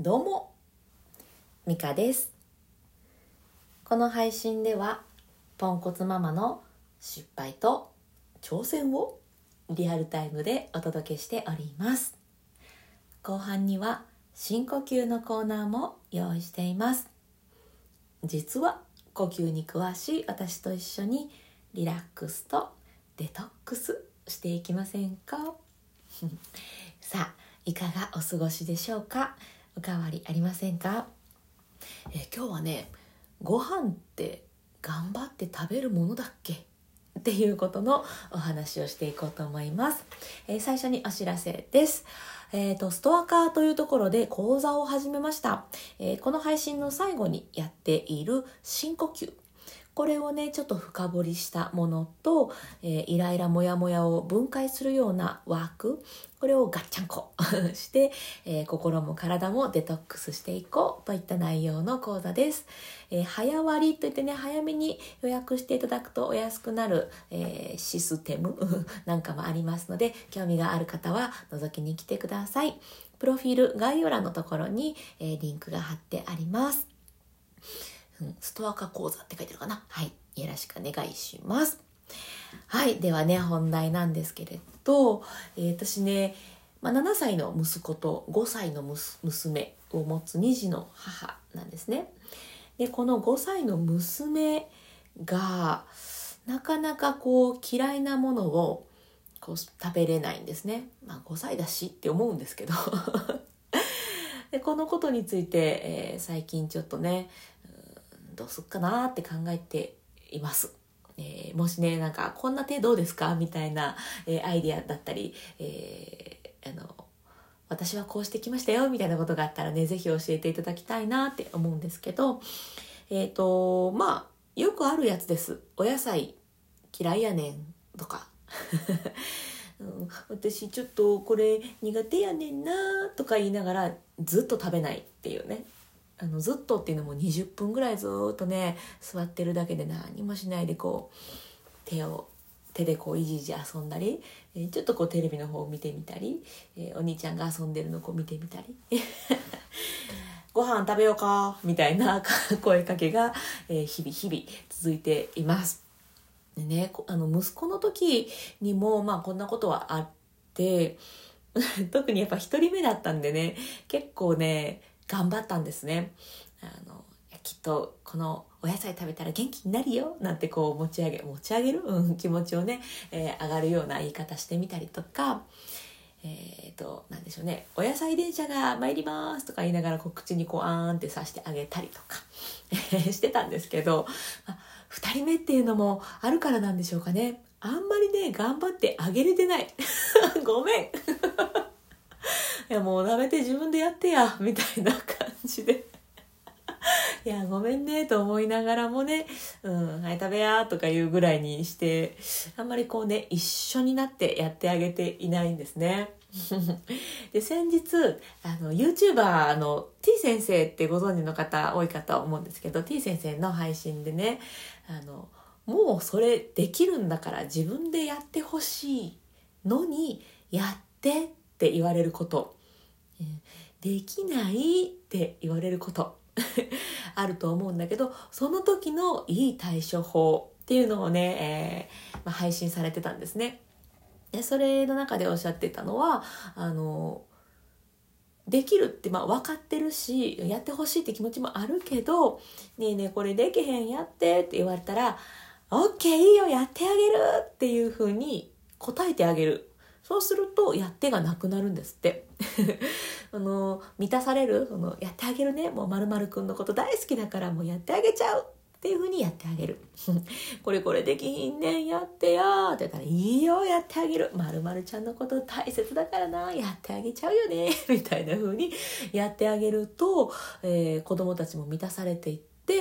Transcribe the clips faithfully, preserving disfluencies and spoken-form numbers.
どうも、ミカです。この配信ではポンコツママの失敗と挑戦をリアルタイムでお届けしております。後半には深呼吸のコーナーも用意しています。実は呼吸に詳しい私と一緒にリラックスとデトックスしていきませんか？さあ、いかがお過ごしでしょうか？おかわりありませんか？えー今日はね、ご飯って頑張って食べるものだっけっていうことのお話をしていこうと思います。えー最初にお知らせです。えーと、ストアカーというところで講座を始めました。えーこの配信の最後にやっている深呼吸、これをねちょっと深掘りしたものと、えーイライラモヤモヤを分解するようなワーク、これをガッチャンコして、えー心も体もデトックスしていこうといった内容の講座です。えー早割といってね、早めに予約していただくとお安くなる、えーシステムなんかもありますので、興味がある方は覗きに来てください。プロフィール概要欄のところに、えーリンクが貼ってあります。ストアカ講座って書いてあるかな。はい、よろしくお願いします。はい、ではね、本題なんですけれど、えー私ね、まあ、ななさいの息子とごさいのむす娘を持つに児の母なんですね。で、このごさいの娘がなかなかこう嫌いなものをこう食べれないんですね。まあごさいだしって思うんですけどで、このことについて、えー最近ちょっとね、どうすっかなって考えています。えーもしね、なんかこんな手どうですかみたいな、えーアイディアだったり、えーあの私はこうしてきましたよみたいなことがあったらね、ぜひ教えていただきたいなって思うんですけど、えっとまあよくあるやつです。お野菜嫌いやねんとかうん、私ちょっとこれ苦手やねんなとか言いながらずっと食べないっていうね。あのずっとっていうのもにじゅっぷんぐらいずっとね座ってるだけで何もしないでこう手を手でこういじいじ遊んだり、えーちょっとこうテレビの方を見てみたり、えーお兄ちゃんが遊んでるのをこう見てみたりご飯食べようかみたいな声かけが、えー日々日々続いています。でね、こあの息子の時にもまあこんなことはあって特にやっぱ一人目だったんでね、結構ね頑張ったんですね。あのきっとこのお野菜食べたら元気になるよなんてこう持ち上げ持ち上げる、うん、気持ちをね、えー上がるような言い方してみたりとか、えー、となんでしょうね、お野菜電車が参りますとか言いながらこう口にこうあーんって刺してあげたりとかしてたんですけど、まあ、ふたりめっていうのもあるからなんでしょうかね。あんまりね頑張ってあげれてないごめんいやもう食べて自分でやってやみたいな感じでいやごめんねと思いながらもね、うんはい食べやとかいうぐらいにして、あんまりこうね一緒になってやってあげていないんですねで先日あの YouTuber の T 先生ってご存知の方多いかと思うんですけど、 T 先生の配信でね、あのもうそれできるんだから自分でやってほしいのにやってって言われること、できないって言われることあると思うんだけど、その時のいい対処法っていうのをね、えーまあ、配信されてたんですね。でそれの中でおっしゃってたのは、あのできるってまあ分かってるしやってほしいって気持ちもあるけど、ねえねえこれできへんやってって言われたら OK いいよやってあげるっていう風に答えてあげる。そうするとやってがなくなるんですってあの満たされる、そのやってあげるね、もう〇〇くんのこと大好きだからもうやってあげちゃうっていう風にやってあげるこれこれできひんねんやってやって言ったらいいよやってあげる、〇〇ちゃんのこと大切だからなやってあげちゃうよねみたいな風にやってあげると、えー、子供たちも満たされていって、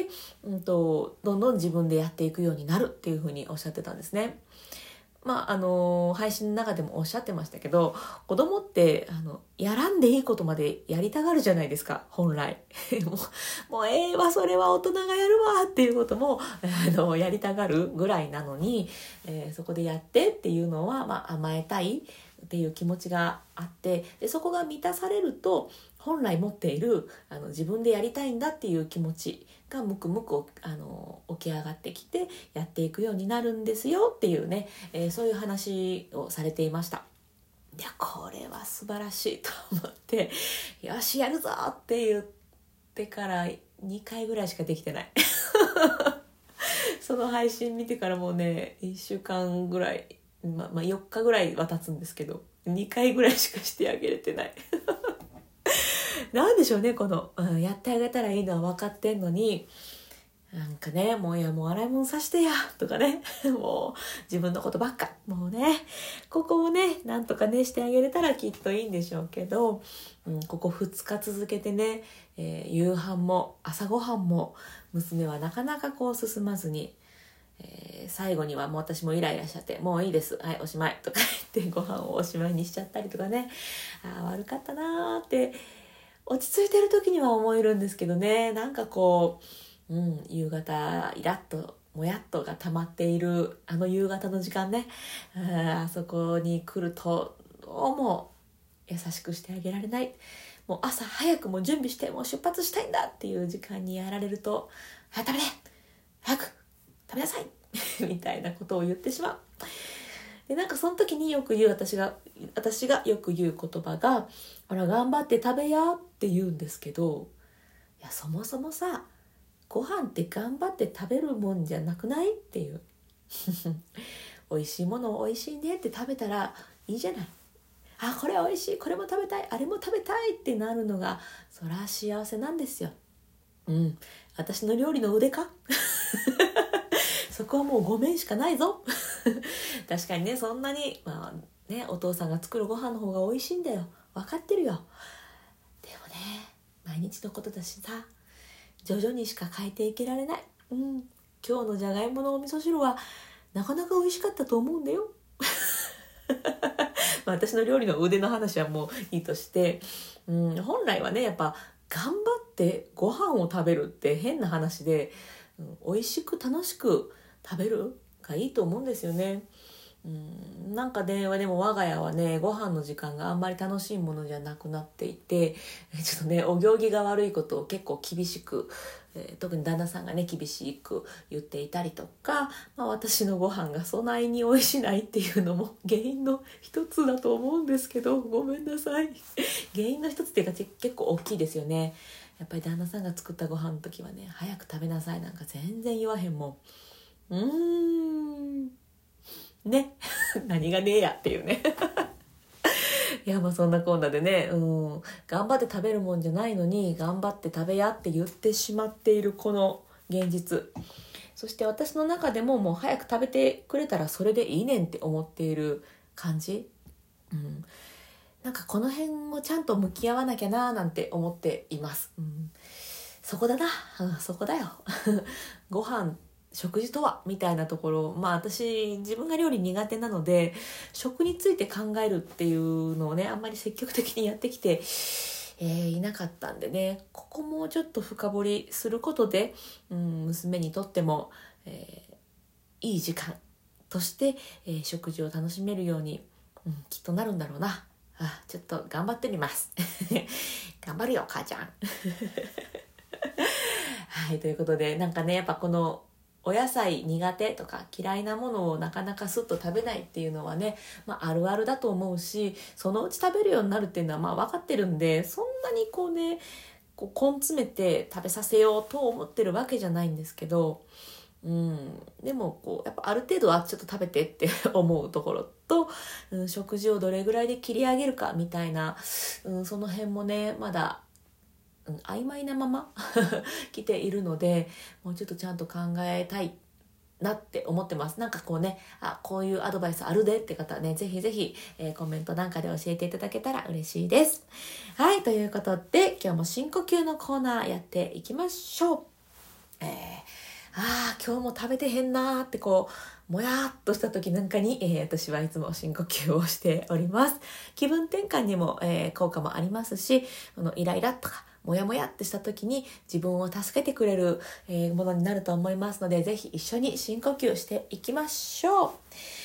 うんと、どんどん自分でやっていくようになるっていう風におっしゃってたんですね。まああの配信の中でもおっしゃってましたけど、子供ってあのやらんでいいことまでやりたがるじゃないですか本来もう、もうええわそれは大人がやるわっていうこともあのやりたがるぐらいなのに、えーそこでやってっていうのは、まあ、甘えたい、 っていう気持ちがあって、でそこが満たされると本来持っているあの自分でやりたいんだっていう気持ちがむくむくあの起き上がってきてやっていくようになるんですよっていうね、えー、そういう話をされていました。いやこれは素晴らしいと思ってよしやるぞって言ってからにかいぐらいしかできてないその配信見てからもうねいっしゅうかんぐらい、ま、まあよっかぐらいは経つんですけどにかいぐらいしかしてあげれてないなんでしょうねこの、うん、やってあげたらいいのは分かってんのになんかねもういやもう洗い物さしてやとかねもう自分のことばっかもうねここをねなんとかねしてあげれたらきっといいんでしょうけど、うん、ここふつか続けてね、えー、夕飯も朝ごはんも娘はなかなかこう進まずに、えー、最後にはもう私もイライラしちゃってもういいですはいおしまいとか言ってご飯をおしまいにしちゃったりとかねあ悪かったなーって落ち着いてる時には思えるんですけどねなんかこううん、夕方イラッともやっとが溜まっているあの夕方の時間ね あ, あそこに来るとどうも優しくしてあげられないもう朝早くもう準備してもう出発したいんだっていう時間にやられるとはい食べれ早く食べなさいみたいなことを言ってしまうでなんかその時によく言う私が私がよく言う言葉がほら頑張って食べやって言うんですけどいやそもそもさご飯って頑張って食べるもんじゃなくないっていう美味しいものを美味しいねって食べたらいいじゃないあこれ美味しいこれも食べたいあれも食べたいってなるのがそら幸せなんですようん私の料理の腕かそこはもうごめんしかないぞ確かにねそんなに、まあね、お父さんが作るご飯の方が美味しいんだよ分かってるよでもね毎日のことだしさ徐々にしか変えていけられない、うん、今日のじゃがいものお味噌汁はなかなか美味しかったと思うんだよ私の料理の腕の話はもういいとして、うん、本来はねやっぱ頑張ってご飯を食べるって変な話で、うん、美味しく楽しく食べるがいいと思うんですよね。うん、なんかねでも我が家はねご飯の時間があんまり楽しいものじゃなくなっていてちょっとねお行儀が悪いことを結構厳しく、えー、特に旦那さんがね厳しく言っていたりとか、まあ、私のご飯がそないに美味しないっていうのも原因の一つだと思うんですけどごめんなさい原因の一つっていうか結構大きいですよね。やっぱり旦那さんが作ったご飯の時はね早く食べなさいなんか全然言わへんもんうーんね何がねえやっていうねいやまあそんなこんなでね、うん、頑張って食べるもんじゃないのに頑張って食べやって言ってしまっているこの現実そして私の中でももう早く食べてくれたらそれでいいねんって思っている感じ、うん、なんかこの辺をちゃんと向き合わなきゃななんて思っています、うん、そこだな、うん、そこだよご飯食事とはみたいなところまあ私自分が料理苦手なので食について考えるっていうのをねあんまり積極的にやってきて、えー、いなかったんでねここもちょっと深掘りすることで、うん、娘にとっても、えー、いい時間として、えー、食事を楽しめるように、うん、きっとなるんだろうなあちょっと頑張ってみます頑張るよ母ちゃんはいということでなんかねやっぱこのお野菜苦手とか嫌いなものをなかなかスッと食べないっていうのはね、まあ、あるあるだと思うしそのうち食べるようになるっていうのはまあ分かってるんでそんなにこうねこう根詰めて食べさせようと思ってるわけじゃないんですけど、うん、でもこうやっぱある程度はちょっと食べてって思うところと、うん、食事をどれぐらいで切り上げるかみたいな、うん、その辺もねまだうん、曖昧なまま来ているのでもうちょっとちゃんと考えたいなって思ってます。なんかこうねあこういうアドバイスあるでって方はねぜひぜひ、えー、コメントなんかで教えていただけたら嬉しいです。はいということで今日も深呼吸のコーナーやっていきましょう。えー、あー今日も食べてへんなーってこうもやっとした時なんかに、えー、私はいつも深呼吸をしております。気分転換にも、えー、効果もありますしこのイライラとかもやもやってした時に自分を助けてくれる、えー、ものになると思いますのでぜひ一緒に深呼吸していきましょう。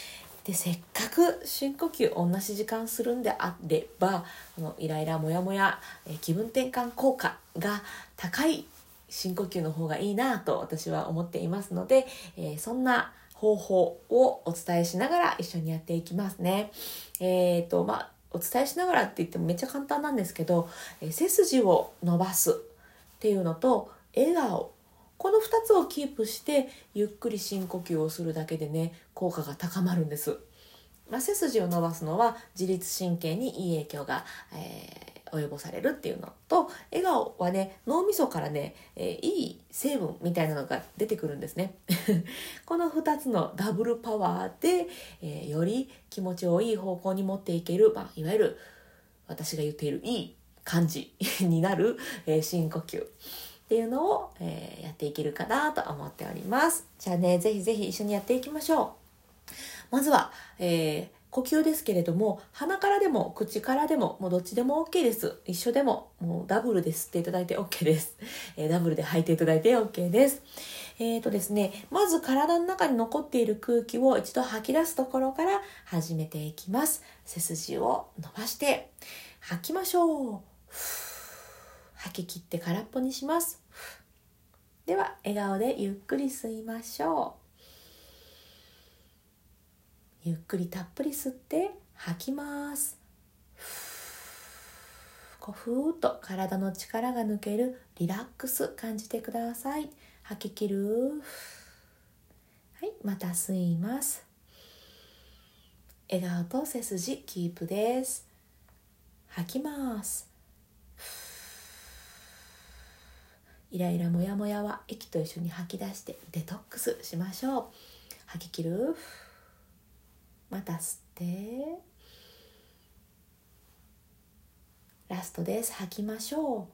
でせっかく深呼吸同じ時間するんであれば、このイライラモヤモヤ、えー、気分転換効果が高い深呼吸の方がいいなと私は思っていますので、えー、そんな方法をお伝えしながら一緒にやっていきますね。えーとまあお伝えしながらって言ってもめっちゃ簡単なんですけど、えー、背筋を伸ばすっていうのと笑顔、このふたつをキープしてゆっくり深呼吸をするだけでね、効果が高まるんです。まあ、背筋を伸ばすのは自律神経にいい影響が、えー、及ぼされるっていうのと、笑顔はね、脳みそからね、えー、いい成分みたいなのが出てくるんですねこのふたつのダブルパワーで、えー、より気持ちをいい方向に持っていける、まあ、いわゆる私が言っているいい感じになる、えー、深呼吸っていうのを、えー、やっていけるかなと思っております。じゃあね、ぜひぜひ一緒にやっていきましょう。まずは、えー、呼吸ですけれども、鼻からでも口からでももうどっちでも OK です。一緒でももうダブルで吸っていただいて OK です、えー、ダブルで吐いていただいて OK です。えーとですね、まず体の中に残っている空気を一度吐き出すところから始めていきます。背筋を伸ばして吐きましょう。吐き切って空っぽにします。では笑顔でゆっくり吸いましょう。ゆっくりたっぷり吸って吐きます。こうふーっと体の力が抜けるリラックス感じてください。吐き切る。はい、また吸います。笑顔と背筋キープです。吐きます。イライラモヤモヤは息と一緒に吐き出してデトックスしましょう。吐き切る。また吸ってラストです。吐きましょ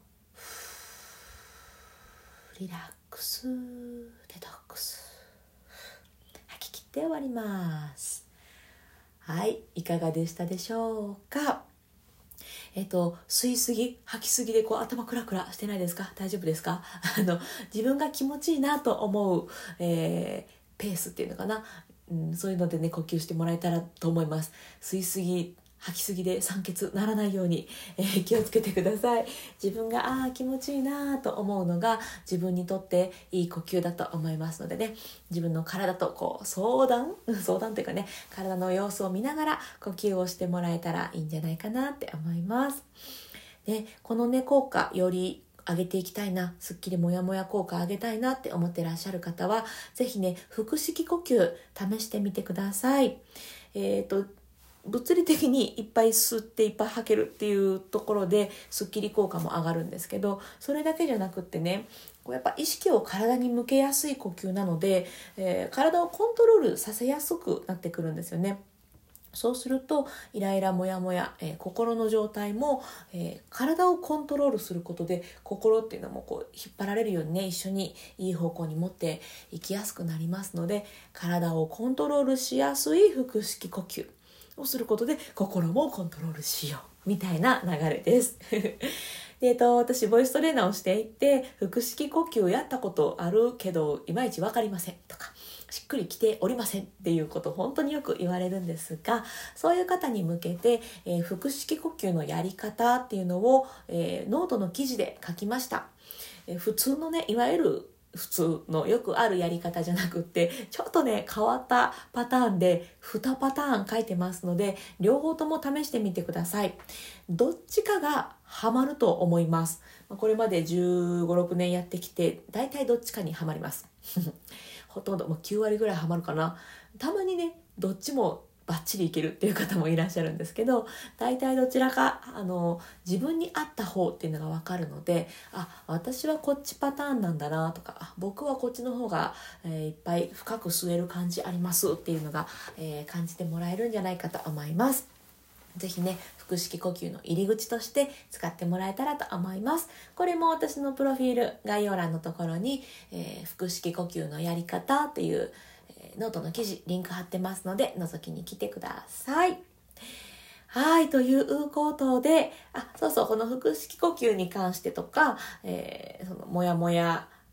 う。リラックス、デトックス。吐き切って終わります。はい、いかがでしたでしょうか。えっと吸いすぎ吐きすぎでこう頭クラクラしてないですか？大丈夫ですか？あの自分が気持ちいいなと思う、えー、ペースっていうのかな、うん、そういうのでね呼吸してもらえたらと思います。吸いすぎ吐きすぎで酸欠ならないように、えー、気をつけてください。自分があー気持ちいいなと思うのが自分にとっていい呼吸だと思いますのでね、自分の体とこう相談相談というかね、体の様子を見ながら呼吸をしてもらえたらいいんじゃないかなって思います。でこのね効果より上げていきたいな、すっきりもやもや効果上げたいなって思ってらっしゃる方はぜひね腹式呼吸試してみてください。えっと物理的にいっぱい吸っていっぱい吐けるっていうところですっきり効果も上がるんですけど、それだけじゃなくってね、こうやっぱ意識を体に向けやすい呼吸なので、えー、体をコントロールさせやすくなってくるんですよね。そうするとイライラモヤモヤ、えー、心の状態も、えー、体をコントロールすることで心っていうのもこう引っ張られるようにね、一緒にいい方向に持っていきやすくなりますので、体をコントロールしやすい腹式呼吸をすることで心もコントロールしようみたいな流れですで、えっと、私ボイストレーナーをしていて腹式呼吸やったことあるけどいまいち分かりませんとかしっくりきておりませんっていうこと本当によく言われるんですが、そういう方に向けて、えー、腹式呼吸のやり方っていうのを、えー、ノートの記事で書きました。えー、普通のねいわゆる普通のよくあるやり方じゃなくってちょっとね変わったパターンでにパターン書いてますので、両方とも試してみてください。どっちかがハマると思います。これまでじゅうご、ろくねんやってきてだいたいどっちかにハマりますほとんどもうきゅうわりぐらいハマるかな。たまにねどっちもバッチリいけるっていう方もいらっしゃるんですけど、大体どちらかあの自分に合った方っていうのが分かるので、あ私はこっちパターンなんだなとか、あ僕はこっちの方が、えー、いっぱい深く吸える感じありますっていうのが、えー、感じてもらえるんじゃないかと思います。ぜひね腹式呼吸の入り口として使ってもらえたらと思います。これも私のプロフィール概要欄のところに、えー、腹式呼吸のやり方っていうノートの記事リンク貼ってますので覗きに来てください。はいということで、あそうそうこの腹式呼吸に関してとか、えー、そのモヤモヤ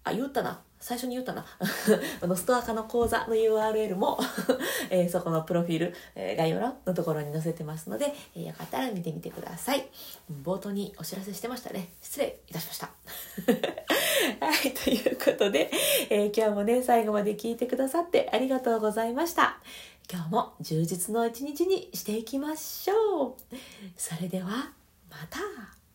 あ、言ったな。最初に言ったな。あのストア化の講座の ユーアールエル も、えー、そこのプロフィール、えー、概要欄のところに載せてますので、えー、よかったら見てみてください。冒頭にお知らせしてましたね。失礼いたしました。はい、ということで、えー、今日もね、最後まで聞いてくださってありがとうございました。今日も充実の一日にしていきましょう。それでは、また。